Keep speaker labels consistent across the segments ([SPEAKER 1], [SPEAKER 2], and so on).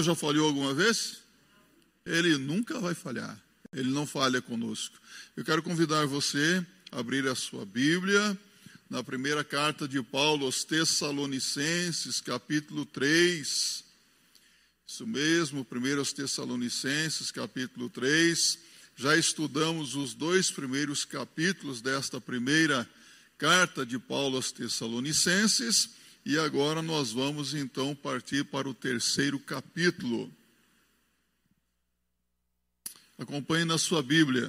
[SPEAKER 1] Deus já falhou alguma vez? Ele nunca vai falhar. Ele não falha conosco. Eu quero convidar você a abrir a sua Bíblia na primeira carta de Paulo aos Tessalonicenses, capítulo 3. Isso mesmo, 1 Tessalonicenses, capítulo 3. Já estudamos os 2 primeiros capítulos desta primeira carta de Paulo aos Tessalonicenses. E agora nós vamos então partir para o 3º capítulo. Acompanhe na sua Bíblia.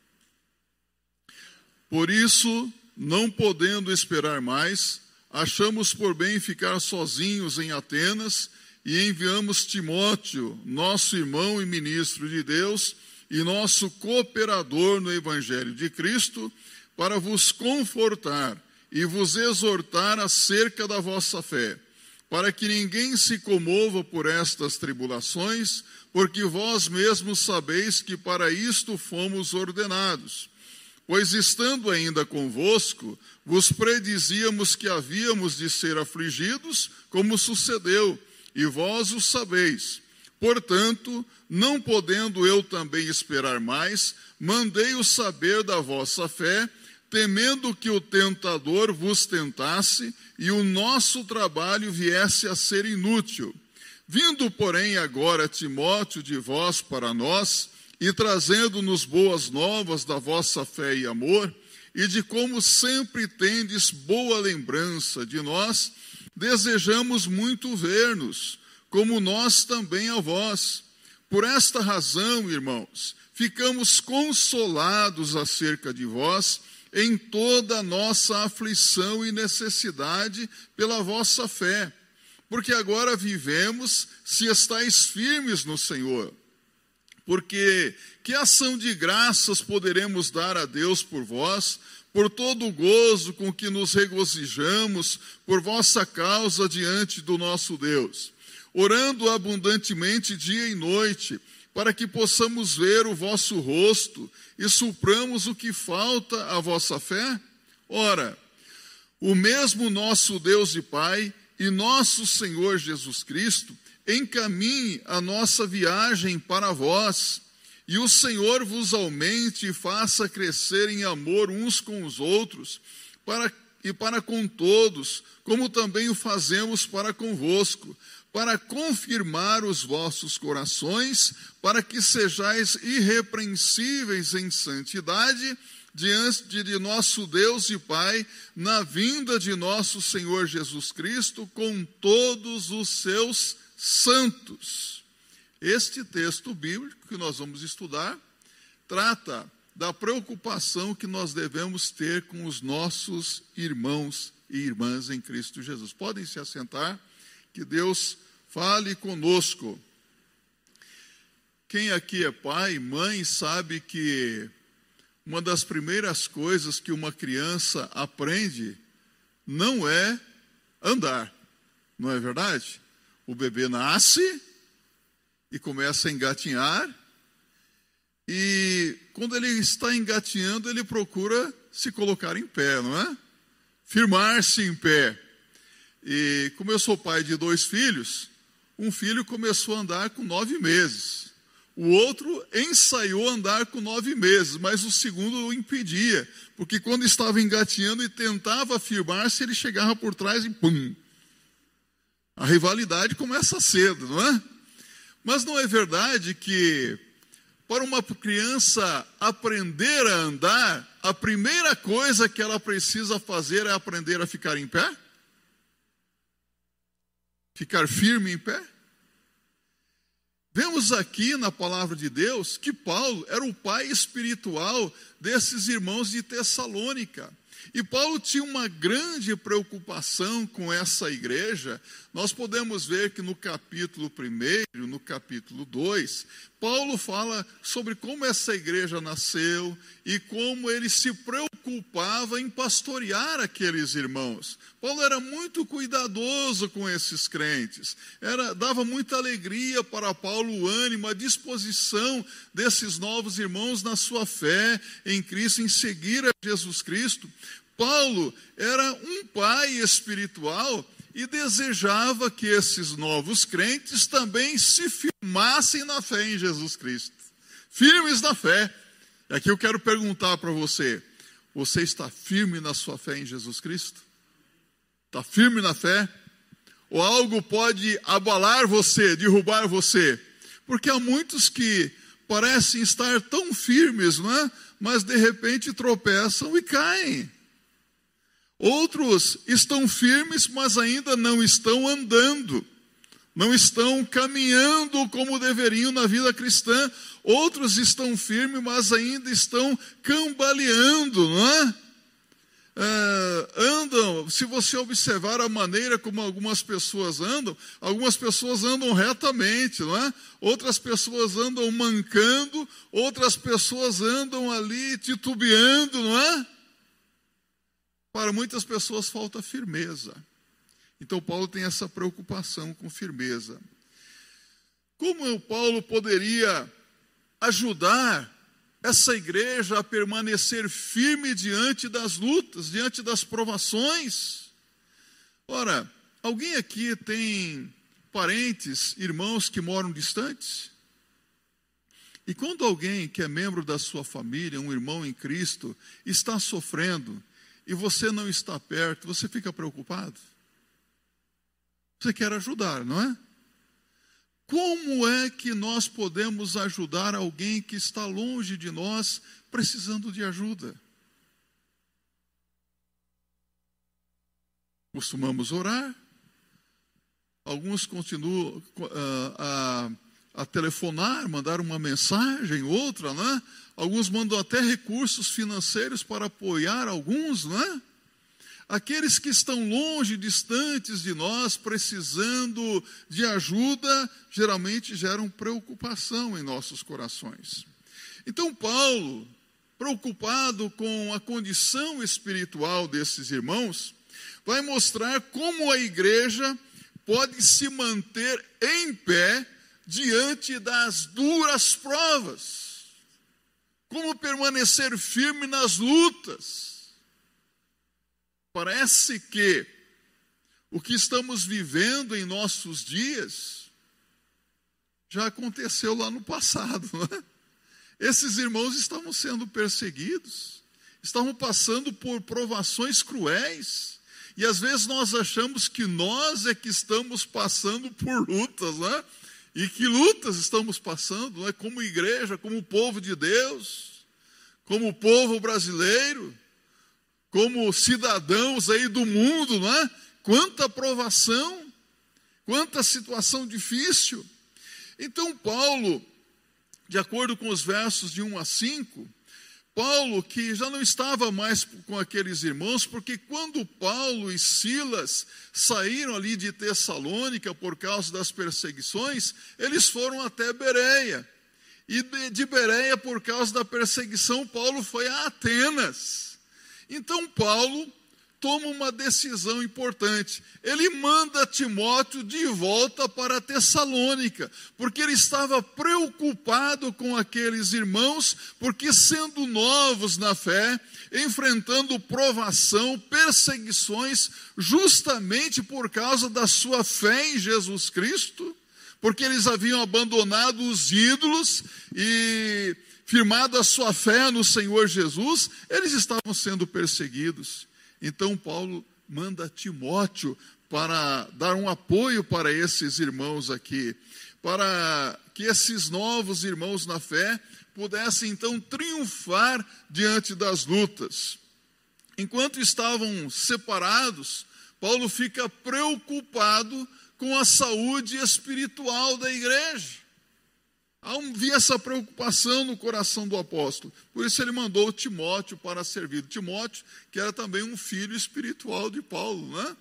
[SPEAKER 1] Por isso, não podendo esperar mais, achamos por bem ficar sozinhos em Atenas e enviamos Timóteo, nosso irmão e ministro de Deus e nosso cooperador no Evangelho de Cristo, para vos confortar e vos exortar acerca da vossa fé, para que ninguém se comova por estas tribulações, porque vós mesmos sabeis que para isto fomos ordenados. Pois estando ainda convosco, vos predizíamos que havíamos de ser afligidos, como sucedeu, e vós o sabeis. Portanto, não podendo eu também esperar mais, mandei-o saber da vossa fé, temendo que o tentador vos tentasse e o nosso trabalho viesse a ser inútil. Vindo, porém, agora Timóteo de vós para nós, e trazendo-nos boas novas da vossa fé e amor, e de como sempre tendes boa lembrança de nós, desejamos muito ver-nos, como nós também a vós. Por esta razão, irmãos, ficamos consolados acerca de vós, em toda a nossa aflição e necessidade pela vossa fé, porque agora vivemos se estáis firmes no Senhor. Porque que ação de graças poderemos dar a Deus por vós, por todo o gozo com que nos regozijamos por vossa causa diante do nosso Deus, orando abundantemente dia e noite, para que possamos ver o vosso rosto e supramos o que falta à vossa fé? Ora, o mesmo nosso Deus e Pai e nosso Senhor Jesus Cristo encaminhe a nossa viagem para vós, e o Senhor vos aumente e faça crescer em amor uns com os outros, para com todos, como também o fazemos para convosco, para confirmar os vossos corações, para que sejais irrepreensíveis em santidade, diante de nosso Deus e Pai, na vinda de nosso Senhor Jesus Cristo, com todos os seus santos. Este texto bíblico que nós vamos estudar trata da preocupação que nós devemos ter com os nossos irmãos e irmãs em Cristo Jesus. Podem se assentar, que Deus fale conosco. Quem aqui é pai e mãe sabe que uma das primeiras coisas que uma criança aprende não é andar, não é verdade? O bebê nasce e começa a engatinhar, e quando ele está engatinhando, ele procura se colocar em pé, não é? Firmar-se em pé. E como eu sou pai de 2 filhos, um filho começou a andar com 9 meses. O outro ensaiou a andar com 9 meses, mas o segundo o impedia, porque quando estava engatinhando e tentava firmar-se, ele chegava por trás e pum! A rivalidade começa cedo, não é? Mas não é verdade que para uma criança aprender a andar, a primeira coisa que ela precisa fazer é aprender a ficar em pé? Ficar firme em pé? Vemos aqui na palavra de Deus que Paulo era o pai espiritual desses irmãos de Tessalônica. E Paulo tinha uma grande preocupação com essa igreja. Nós podemos ver que no capítulo 1, no capítulo 2, Paulo fala sobre como essa igreja nasceu e como ele se preocupava em pastorear aqueles irmãos. Paulo era muito cuidadoso com esses crentes. Dava muita alegria para Paulo o ânimo, a disposição desses novos irmãos na sua fé em Cristo, em seguir a Jesus Cristo. Paulo era um pai espiritual e desejava que esses novos crentes também se firmassem na fé em Jesus Cristo. Firmes na fé. E aqui eu quero perguntar para você: você está firme na sua fé em Jesus Cristo? Está firme na fé? Ou algo pode abalar você, derrubar você? Porque há muitos que parecem estar tão firmes, não é? Mas de repente tropeçam e caem. Outros estão firmes, mas ainda não estão andando. Não estão caminhando como deveriam na vida cristã. Outros estão firmes, mas ainda estão cambaleando, não é? Andam, se você observar a maneira como algumas pessoas andam retamente, não é? Outras pessoas andam mancando, outras pessoas andam ali titubeando, não é? Para muitas pessoas falta firmeza. Então Paulo tem essa preocupação com firmeza. Como o Paulo poderia ajudar essa igreja a permanecer firme diante das lutas, diante das provações? Ora, alguém aqui tem parentes, irmãos que moram distantes? E quando alguém que é membro da sua família, um irmão em Cristo, está sofrendo e você não está perto, você fica preocupado? Você quer ajudar, não é? Como é que nós podemos ajudar alguém que está longe de nós, precisando de ajuda? Costumamos orar. Alguns continuam a telefonar, mandar uma mensagem, outra, né? Alguns mandam até recursos financeiros para apoiar alguns, não é? Aqueles que estão longe, distantes de nós, precisando de ajuda, geralmente geram preocupação em nossos corações. Então Paulo, preocupado com a condição espiritual desses irmãos, vai mostrar como a igreja pode se manter em pé diante das duras provas. Como permanecer firme nas lutas. Parece que o que estamos vivendo em nossos dias já aconteceu lá no passado, não é? Esses irmãos estavam sendo perseguidos, estavam passando por provações cruéis, e às vezes nós achamos que nós é que estamos passando por lutas, não é? E que lutas estamos passando, não é? Como igreja, como povo de Deus, como povo brasileiro, como cidadãos aí do mundo, não é? Quanta provação, quanta situação difícil. Então Paulo, de acordo com os versos de 1 a 5, Paulo, que já não estava mais com aqueles irmãos, porque quando Paulo e Silas saíram ali de Tessalônica por causa das perseguições, eles foram até Bereia. E de Bereia, por causa da perseguição, Paulo foi a Atenas. Então Paulo toma uma decisão importante. Ele manda Timóteo de volta para Tessalônica, porque ele estava preocupado com aqueles irmãos, porque sendo novos na fé, enfrentando provação, perseguições, justamente por causa da sua fé em Jesus Cristo, porque eles haviam abandonado os ídolos e firmado a sua fé no Senhor Jesus, eles estavam sendo perseguidos. Então Paulo manda Timóteo para dar um apoio para esses irmãos aqui, para que esses novos irmãos na fé pudessem então triunfar diante das lutas. Enquanto estavam separados, Paulo fica preocupado com a saúde espiritual da igreja. Havia essa preocupação no coração do apóstolo. Por isso ele mandou Timóteo para servir. Timóteo, que era também um filho espiritual de Paulo, né?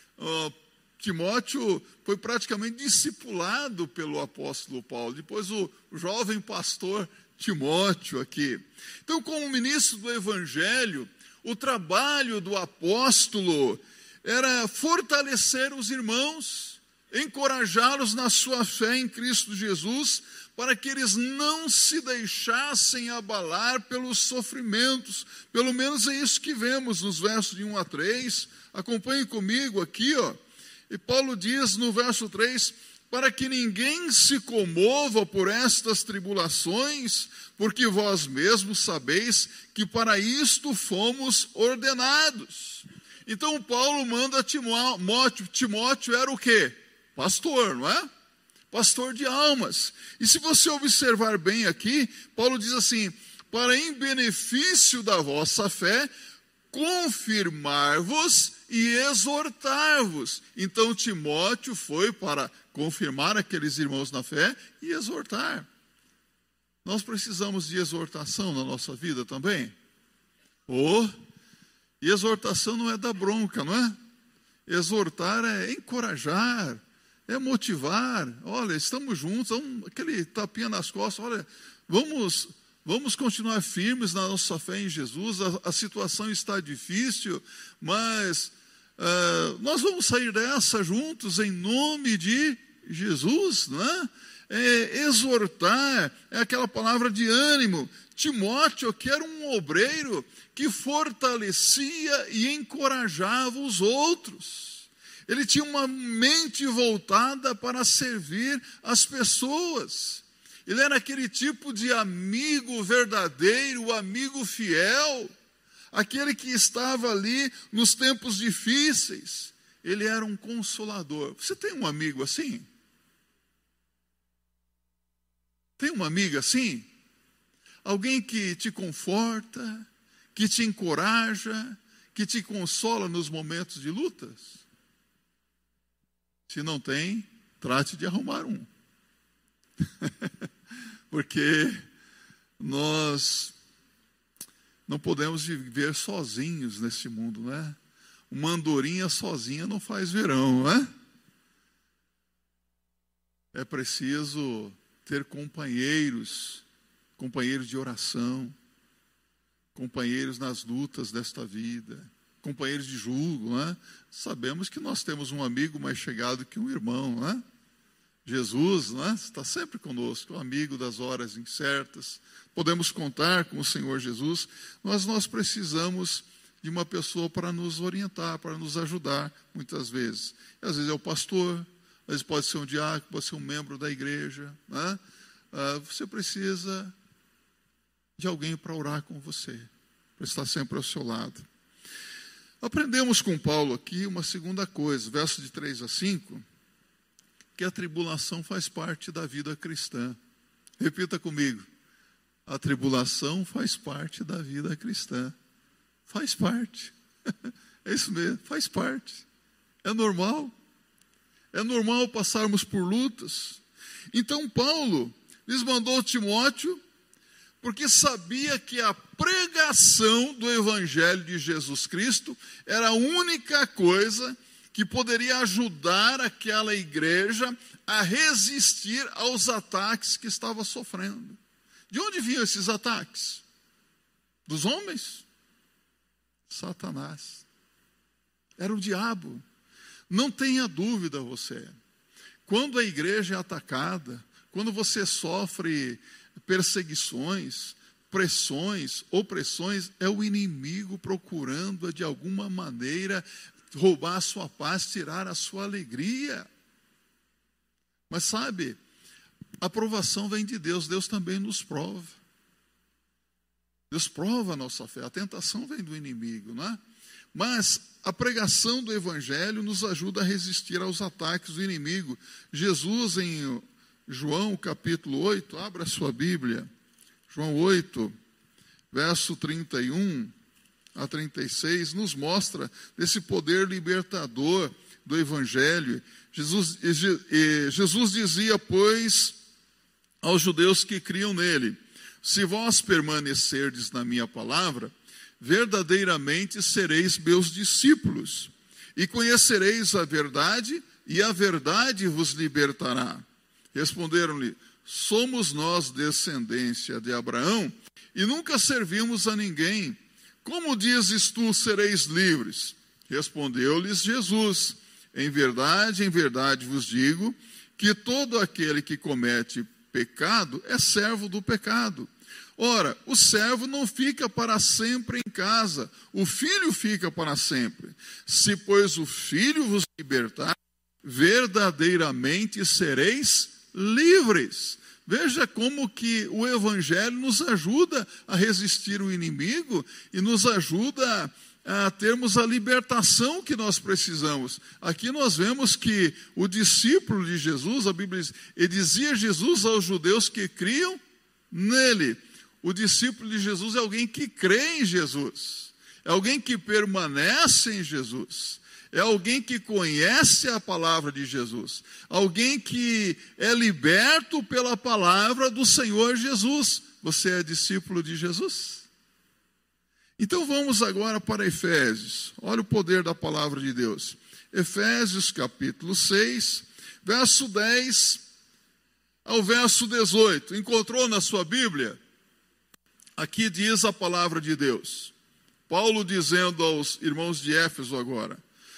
[SPEAKER 1] Timóteo foi praticamente discipulado pelo apóstolo Paulo. Depois o jovem pastor Timóteo aqui. Então, como ministro do evangelho, o trabalho do apóstolo era fortalecer os irmãos, encorajá-los na sua fé em Cristo Jesus, para que eles não se deixassem abalar pelos sofrimentos. Pelo menos é isso que vemos nos versos de 1 a 3. Acompanhe comigo aqui, ó. E Paulo diz no verso 3, para que ninguém se comova por estas tribulações, porque vós mesmos sabeis que para isto fomos ordenados. Então Paulo manda Timóteo. Timóteo era o quê? Pastor, não é? Pastor de almas. E se você observar bem aqui, Paulo diz assim, para em benefício da vossa fé, confirmar-vos e exortar-vos. Então Timóteo foi para confirmar aqueles irmãos na fé e exortar. Nós precisamos de exortação na nossa vida também. E exortação não é dar bronca, não é? Exortar é encorajar, é motivar. Olha, estamos juntos, aquele tapinha nas costas, olha, vamos continuar firmes na nossa fé em Jesus. A situação está difícil, mas nós vamos sair dessa juntos em nome de Jesus, não é? Exortar é aquela palavra de ânimo. Timóteo, que era um obreiro que fortalecia e encorajava os outros. Ele tinha uma mente voltada para servir as pessoas. Ele era aquele tipo de amigo verdadeiro, amigo fiel, aquele que estava ali nos tempos difíceis. Ele era um consolador. Você tem um amigo assim? Tem uma amiga assim? Alguém que te conforta, que te encoraja, que te consola nos momentos de lutas? Se não tem, trate de arrumar um. Porque nós não podemos viver sozinhos nesse mundo, né? Uma andorinha sozinha não faz verão, não é? É preciso ter companheiros de oração, companheiros nas lutas desta vida, companheiros de julgo, não é? Sabemos que nós temos um amigo mais chegado que um irmão, não é? Jesus, não é? Está sempre conosco, um amigo das horas incertas. Podemos contar com o Senhor Jesus, mas nós precisamos de uma pessoa para nos orientar, para nos ajudar, muitas vezes. E às vezes é o pastor, às vezes pode ser um diácono, pode ser um membro da igreja, não é? Você precisa de alguém para orar com você, para estar sempre ao seu lado. Aprendemos com Paulo aqui uma segunda coisa, versos de 3 a 5, que a tribulação faz parte da vida cristã. Repita comigo. A tribulação faz parte da vida cristã. Faz parte. É isso mesmo, faz parte. É normal. É normal passarmos por lutas. Então Paulo lhes mandou Timóteo, porque sabia que a pregação do Evangelho de Jesus Cristo era a única coisa que poderia ajudar aquela igreja a resistir aos ataques que estava sofrendo. De onde vinham esses ataques? Dos homens? Satanás. Era o diabo. Não tenha dúvida você. Quando a igreja é atacada, quando você sofre perseguições, pressões, opressões, é o inimigo procurando de alguma maneira roubar a sua paz, tirar a sua alegria. Mas sabe, a provação vem de Deus, Deus também nos prova. Deus prova a nossa fé, a tentação vem do inimigo, não é? Mas a pregação do Evangelho nos ajuda a resistir aos ataques do inimigo. Jesus, em João capítulo 8, abra a sua Bíblia, João 8, verso 31 a 36, nos mostra desse poder libertador do Evangelho. Jesus dizia, pois, aos judeus que criam nele, se vós permanecerdes na minha palavra, verdadeiramente sereis meus discípulos, e conhecereis a verdade, e a verdade vos libertará. Responderam-lhe, somos nós descendência de Abraão, e nunca servimos a ninguém. Como dizes tu, sereis livres? Respondeu-lhes Jesus, em verdade vos digo, que todo aquele que comete pecado é servo do pecado. Ora, o servo não fica para sempre em casa, o filho fica para sempre. Se, pois, o filho vos libertar, verdadeiramente sereis livres. Veja como que o Evangelho nos ajuda a resistir o inimigo e nos ajuda a termos a libertação que nós precisamos. Aqui nós vemos que o discípulo de Jesus, a Bíblia diz, ele dizia Jesus aos judeus que criam nele. O discípulo de Jesus é alguém que crê em Jesus, é alguém que permanece em Jesus. É alguém que conhece a palavra de Jesus. Alguém que é liberto pela palavra do Senhor Jesus. Você é discípulo de Jesus? Então vamos agora para Efésios. Olha o poder da palavra de Deus. Efésios capítulo 6, verso 10 ao verso 18. Encontrou na sua Bíblia? Aqui diz a palavra de Deus. Paulo dizendo aos irmãos de Éfeso agora: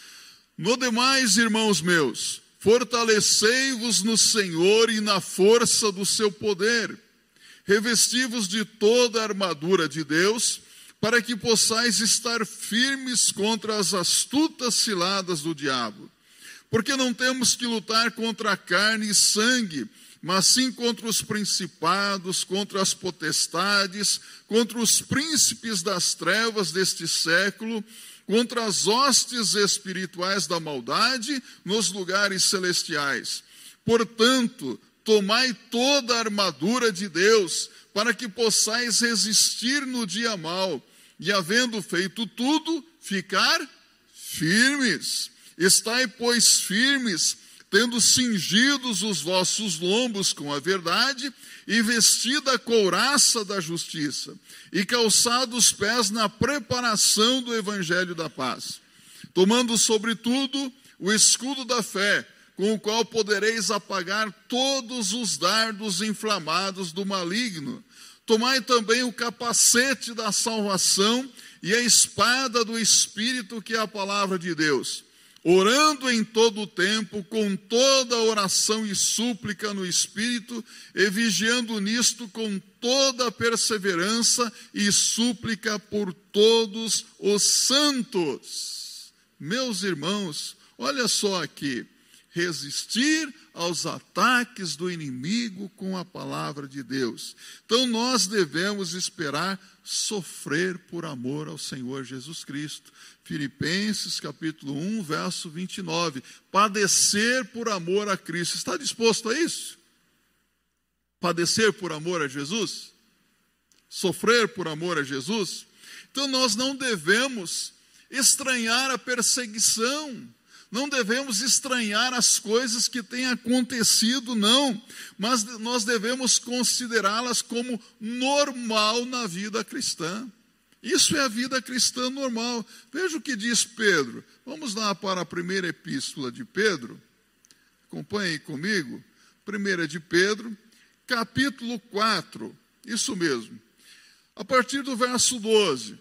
[SPEAKER 1] no demais, irmãos meus, fortalecei-vos no Senhor e na força do seu poder. Revesti-vos de toda a armadura de Deus, para que possais estar firmes contra as astutas ciladas do diabo. Porque não temos que lutar contra carne e sangue, mas sim contra os principados, contra as potestades, contra os príncipes das trevas deste século, contra as hostes espirituais da maldade nos lugares celestiais. Portanto, tomai toda a armadura de Deus, para que possais resistir no dia mau, e havendo feito tudo, ficar firmes. Estai, pois, firmes, tendo cingidos os vossos lombos com a verdade, e vestida a couraça da justiça, e calçados os pés na preparação do evangelho da paz, tomando sobretudo o escudo da fé, com o qual podereis apagar todos os dardos inflamados do maligno. Tomai também o capacete da salvação e a espada do Espírito, que é a palavra de Deus, orando em todo o tempo, com toda oração e súplica no Espírito, e vigiando nisto com toda perseverança e súplica por todos os santos. Meus irmãos, olha só aqui, resistir aos ataques do inimigo com a palavra de Deus. Então nós devemos esperar sofrer por amor ao Senhor Jesus Cristo. Filipenses capítulo 1, verso 29. Padecer por amor a Cristo. Está disposto a isso? Padecer por amor a Jesus? Sofrer por amor a Jesus? Então nós não devemos estranhar a perseguição. Não devemos estranhar as coisas que têm acontecido, não. Mas nós devemos considerá-las como normal na vida cristã. Isso é a vida cristã normal. Veja o que diz Pedro. Vamos lá para a primeira epístola de Pedro. Acompanhem comigo. 1 de Pedro, capítulo 4. Isso mesmo. A partir do verso 12.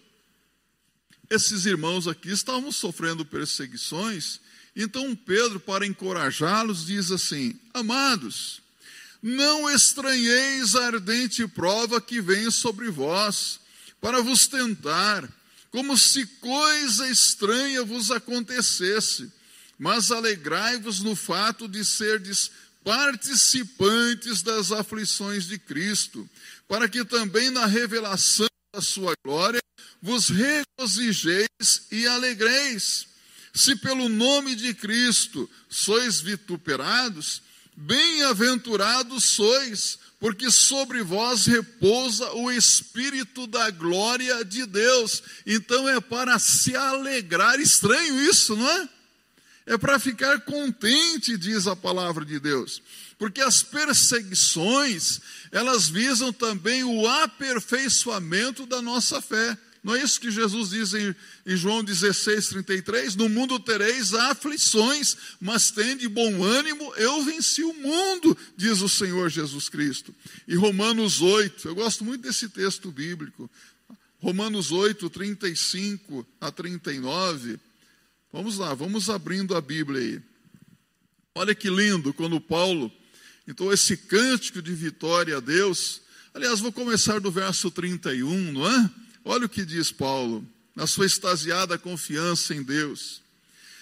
[SPEAKER 1] Esses irmãos aqui estavam sofrendo perseguições. Então Pedro, para encorajá-los, diz assim: amados, não estranheis a ardente prova que vem sobre vós, para vos tentar, como se coisa estranha vos acontecesse, mas alegrai-vos no fato de serdes participantes das aflições de Cristo, para que também na revelação da sua glória vos regozijeis e alegreis. Se pelo nome de Cristo sois vituperados, bem-aventurados sois, porque sobre vós repousa o Espírito da glória de Deus. Então é para se alegrar. Estranho isso, não é? É para ficar contente, diz a palavra de Deus. Porque as perseguições, elas visam também o aperfeiçoamento da nossa fé. Não é isso que Jesus diz em João 16:33? No mundo tereis aflições, mas tende bom ânimo, eu venci o mundo, diz o Senhor Jesus Cristo. E Romanos 8, eu gosto muito desse texto bíblico. Romanos 8, 35 a 39. Vamos lá, vamos abrindo a Bíblia aí. Olha que lindo, quando Paulo, então esse cântico de vitória a Deus. Aliás, vou começar do verso 31, não é? Olha o que diz Paulo, na sua extasiada confiança em Deus.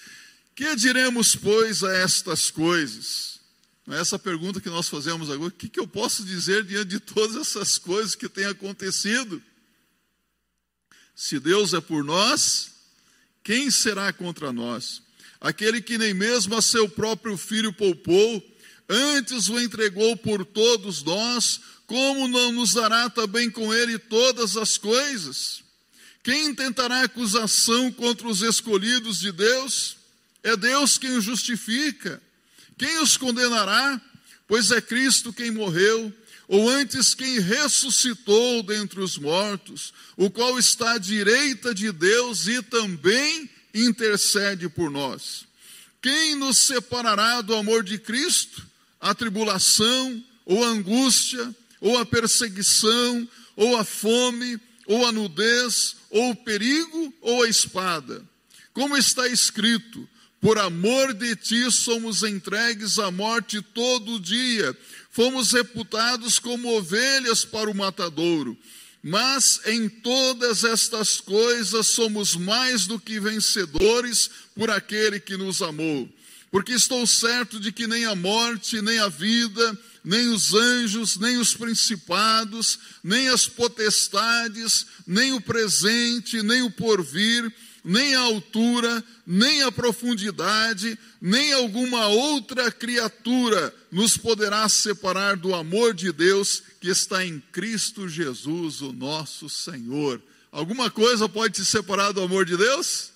[SPEAKER 1] Que diremos, pois, a estas coisas? Não é essa pergunta que nós fazemos agora. O que eu posso dizer diante de todas essas coisas que têm acontecido? Se Deus é por nós, quem será contra nós? Aquele que nem mesmo a seu próprio filho poupou, antes o entregou por todos nós, como não nos dará também com ele todas as coisas? Quem intentará acusação contra os escolhidos de Deus? É Deus quem os justifica. Quem os condenará? Pois é Cristo quem morreu, ou antes quem ressuscitou dentre os mortos, o qual está à direita de Deus e também intercede por nós. Quem nos separará do amor de Cristo? A tribulação, ou a angústia, ou a perseguição, ou a fome, ou a nudez, ou o perigo, ou a espada. Como está escrito: por amor de ti somos entregues à morte todo dia, fomos reputados como ovelhas para o matadouro. Mas em todas estas coisas somos mais do que vencedores por aquele que nos amou. Porque estou certo de que nem a morte, nem a vida, nem os anjos, nem os principados, nem as potestades, nem o presente, nem o porvir, nem a altura, nem a profundidade, nem alguma outra criatura nos poderá separar do amor de Deus que está em Cristo Jesus, o nosso Senhor. Alguma coisa pode te separar do amor de Deus?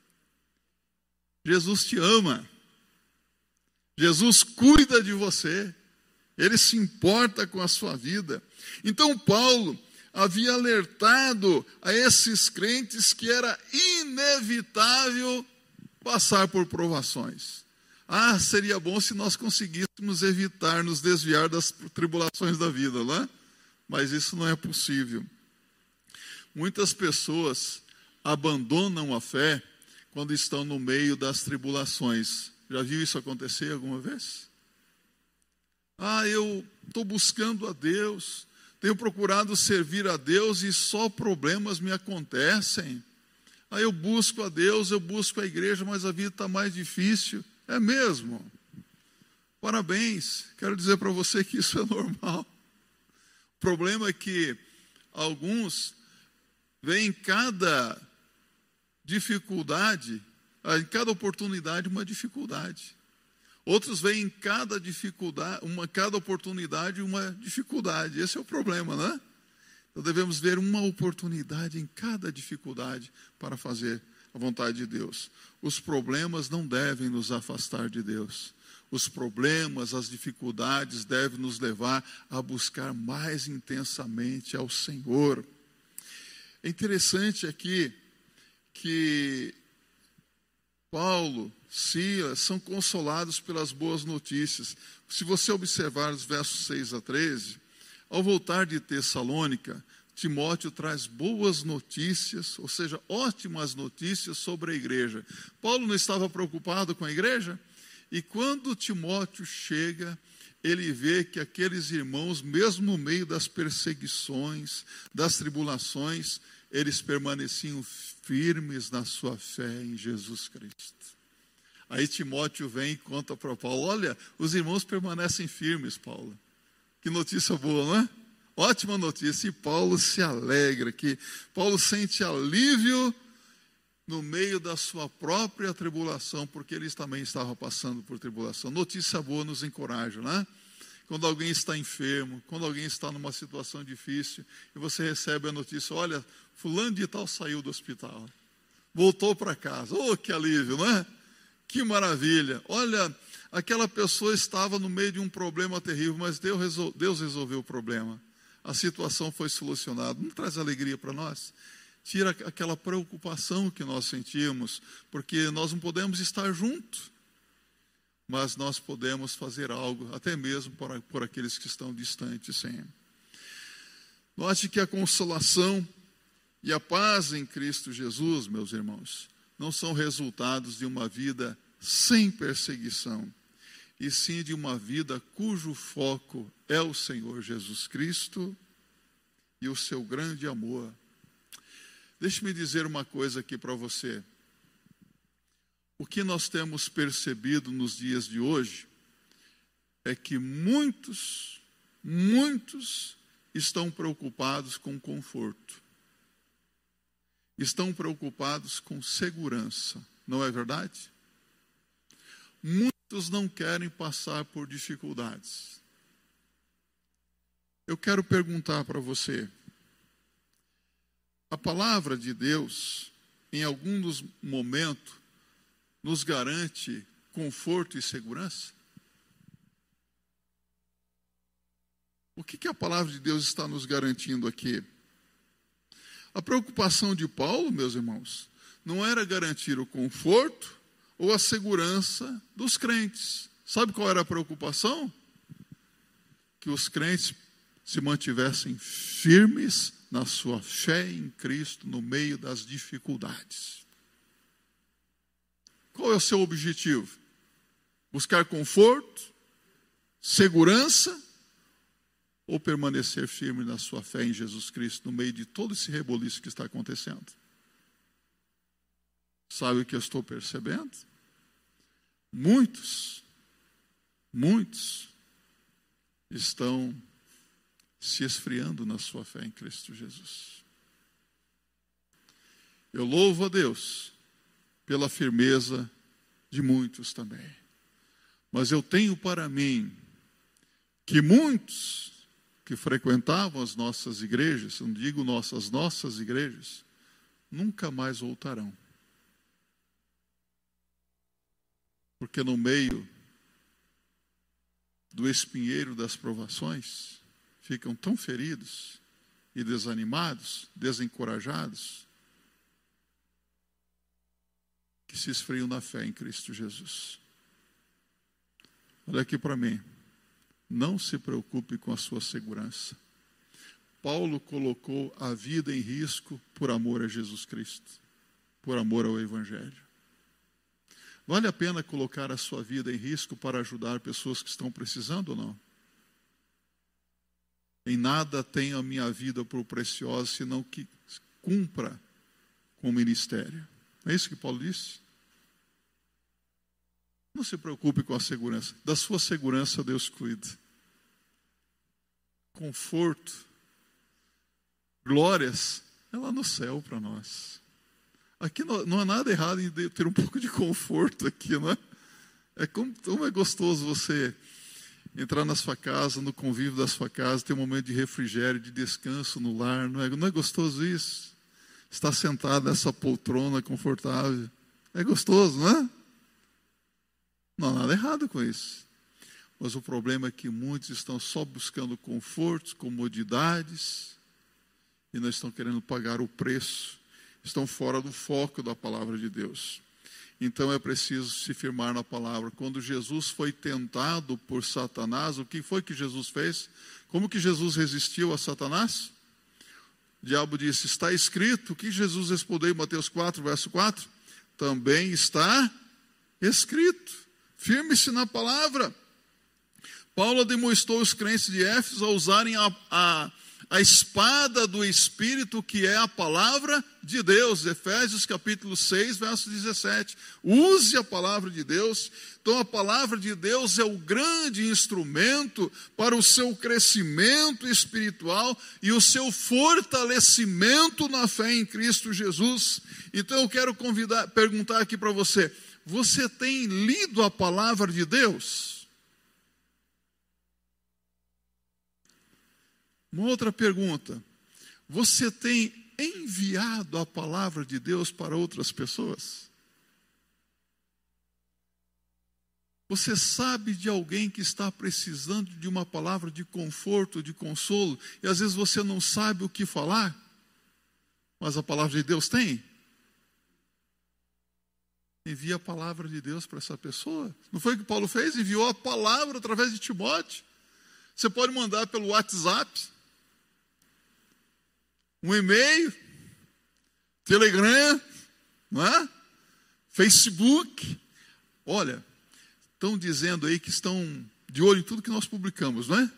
[SPEAKER 1] Jesus te ama. Jesus cuida de você. Ele se importa com a sua vida. Então Paulo havia alertado a esses crentes que era inevitável passar por provações. Seria bom se nós conseguíssemos evitar, nos desviar das tribulações da vida, não é? Mas isso não é possível. Muitas pessoas abandonam a fé quando estão no meio das tribulações. Já viu isso acontecer alguma vez? Eu estou buscando a Deus, tenho procurado servir a Deus e só problemas me acontecem. Eu busco a Deus, eu busco a igreja, mas a vida está mais difícil. É mesmo? Parabéns, quero dizer para você que isso é normal. O problema é que alguns veem em cada dificuldade, em cada oportunidade, uma dificuldade. Outros veem em cada oportunidade uma dificuldade. Esse é o problema, né? Então devemos ver uma oportunidade em cada dificuldade para fazer a vontade de Deus. Os problemas não devem nos afastar de Deus. Os problemas, as dificuldades devem nos levar a buscar mais intensamente ao Senhor. É interessante aqui que Paulo, Silas são consolados pelas boas notícias. Se você observar os versos 6 a 13, ao voltar de Tessalônica, Timóteo traz boas notícias, ou seja, ótimas notícias sobre a igreja. Paulo não estava preocupado com a igreja? E quando Timóteo chega, ele vê que aqueles irmãos, mesmo no meio das perseguições, das tribulações, eles permaneciam firmes na sua fé em Jesus Cristo. Aí Timóteo vem e conta para Paulo: olha, os irmãos permanecem firmes, Paulo. Que notícia boa, não é? Ótima notícia. E Paulo se alegra, que Paulo sente alívio no meio da sua própria tribulação, porque ele também estava passando por tribulação. Notícia boa nos encoraja, né? Quando alguém está enfermo, quando alguém está numa situação difícil, e você recebe a notícia: olha, fulano de tal saiu do hospital, voltou para casa. Que alívio, não é? Que maravilha. Olha, aquela pessoa estava no meio de um problema terrível, mas Deus resolveu o problema. A situação foi solucionada. Não traz alegria para nós? Tira aquela preocupação que nós sentimos, porque nós não podemos estar juntos, mas nós podemos fazer algo, até mesmo por aqueles que estão distantes sempre. Note que a consolação e a paz em Cristo Jesus, meus irmãos, não são resultados de uma vida sem perseguição, e sim de uma vida cujo foco é o Senhor Jesus Cristo e o seu grande amor. Deixe-me dizer uma coisa aqui para você. o que nós temos percebido nos dias de hoje é que muitos estão preocupados com conforto. Estão preocupados com segurança, não é verdade? Muitos não querem passar por dificuldades. Eu quero perguntar para você, a palavra de Deus, em alguns momentos, nos garante conforto e segurança? O que a palavra de Deus está nos garantindo aqui? A preocupação de Paulo, meus irmãos, não era garantir o conforto ou a segurança dos crentes. Sabe qual era a preocupação? Que os crentes se mantivessem firmes na sua fé em Cristo no meio das dificuldades. Qual é o seu objetivo? Buscar conforto, segurança ou permanecer firme na sua fé em Jesus Cristo no meio de todo esse reboliço que está acontecendo? Sabe o que eu estou percebendo? Muitos estão se esfriando na sua fé em Cristo Jesus. Eu louvo a Deus pela firmeza de muitos também. Mas eu tenho para mim que muitos que frequentavam as nossas igrejas, não digo nossas igrejas, nunca mais voltarão. Porque no meio do espinheiro das provações, ficam tão feridos e desanimados, desencorajados, que se esfriam na fé em Cristo Jesus. Olha aqui para mim. Não se preocupe com a sua segurança. Paulo colocou a vida em risco por amor a Jesus Cristo, por amor ao Evangelho. Vale a pena colocar a sua vida em risco para ajudar pessoas que estão precisando ou não? Em nada tenho a minha vida por preciosa, senão que cumpra com o ministério. É isso que Paulo disse? Não se preocupe com a segurança. Da sua segurança Deus cuida. Conforto, glórias, é lá no céu para nós. Aqui não há nada errado em ter um pouco de conforto aqui, não é? Como é gostoso você entrar na sua casa, no convívio da sua casa, ter um momento de refrigério, de descanso no lar. Não é gostoso isso? Estar sentado nessa poltrona confortável. É gostoso, não é? Não há nada errado com isso. Mas o problema é que muitos estão só buscando confortos, comodidades, e não estão querendo pagar o preço. Estão fora do foco da palavra de Deus. Então é preciso se firmar na palavra. Quando Jesus foi tentado por Satanás, o que foi que Jesus fez? Como que Jesus resistiu a Satanás? O diabo disse, está escrito. O que Jesus respondeu em Mateus 4, verso 4? Também está escrito. Firme-se na palavra. Paulo demonstrou os crentes de Éfeso a usarem a espada do Espírito, que é a palavra de Deus. Efésios capítulo 6, verso 17. Use a palavra de Deus. Então a palavra de Deus é o grande instrumento para o seu crescimento espiritual e o seu fortalecimento na fé em Cristo Jesus. Então eu quero perguntar aqui para você, você tem lido a palavra de Deus? Uma outra pergunta, você tem enviado a palavra de Deus para outras pessoas? Você sabe de alguém que está precisando de uma palavra de conforto, de consolo, e às vezes você não sabe o que falar, mas a palavra de Deus tem? Envia a palavra de Deus para essa pessoa. Não foi o que Paulo fez? Enviou a palavra através de Timóteo. Você pode mandar pelo WhatsApp, um e-mail, Telegram, não é? Facebook. Olha, estão dizendo aí que estão de olho em tudo que nós publicamos, não é?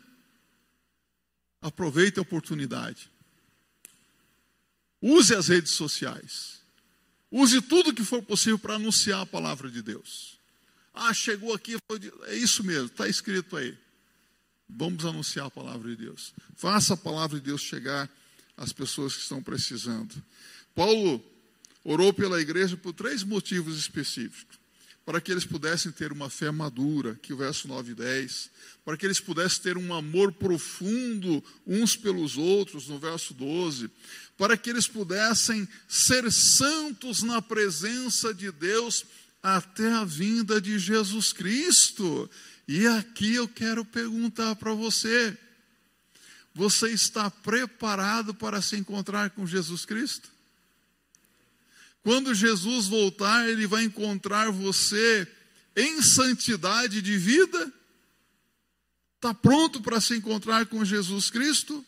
[SPEAKER 1] Aproveite a oportunidade. Use as redes sociais. Use tudo que for possível para anunciar a palavra de Deus. Ah, chegou aqui, é isso mesmo, está escrito aí. Vamos anunciar a palavra de Deus. Faça a palavra de Deus chegar às pessoas que estão precisando. Paulo orou pela igreja por 3 motivos específicos. Para que eles pudessem ter uma fé madura, que o verso 9 e 10. Para que eles pudessem ter um amor profundo uns pelos outros, no verso 12. Para que eles pudessem ser santos na presença de Deus até a vinda de Jesus Cristo. E aqui eu quero perguntar para você: você está preparado para se encontrar com Jesus Cristo? Quando Jesus voltar, Ele vai encontrar você em santidade de vida? Está pronto para se encontrar com Jesus Cristo?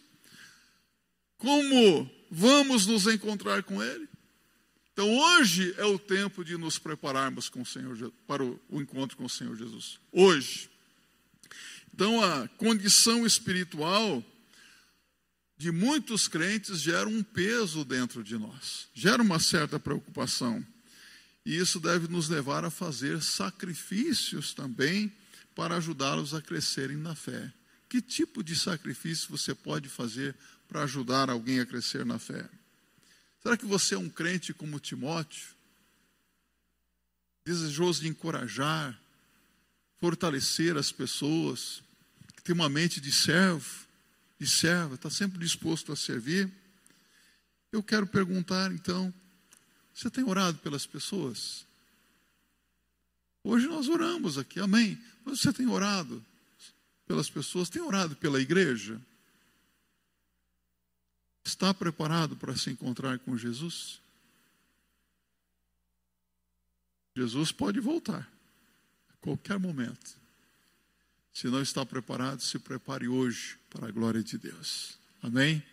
[SPEAKER 1] Como vamos nos encontrar com Ele? Então hoje é o tempo de nos prepararmos com o Senhor, para o encontro com o Senhor Jesus. Hoje. Então a condição espiritual de muitos crentes gera um peso dentro de nós, gera uma certa preocupação. E isso deve nos levar a fazer sacrifícios também para ajudá-los a crescerem na fé. Que tipo de sacrifício você pode fazer para ajudar alguém a crescer na fé? Será que você é um crente como Timóteo, desejoso de encorajar, fortalecer as pessoas, que tem uma mente de servo, de serva, está sempre disposto a servir? Eu quero perguntar então, você tem orado pelas pessoas? Hoje nós oramos aqui, amém? Mas você tem orado pelas pessoas? Tem orado pela igreja? Está preparado para se encontrar com Jesus? Jesus pode voltar a qualquer momento. Se não está preparado, se prepare hoje para a glória de Deus. Amém?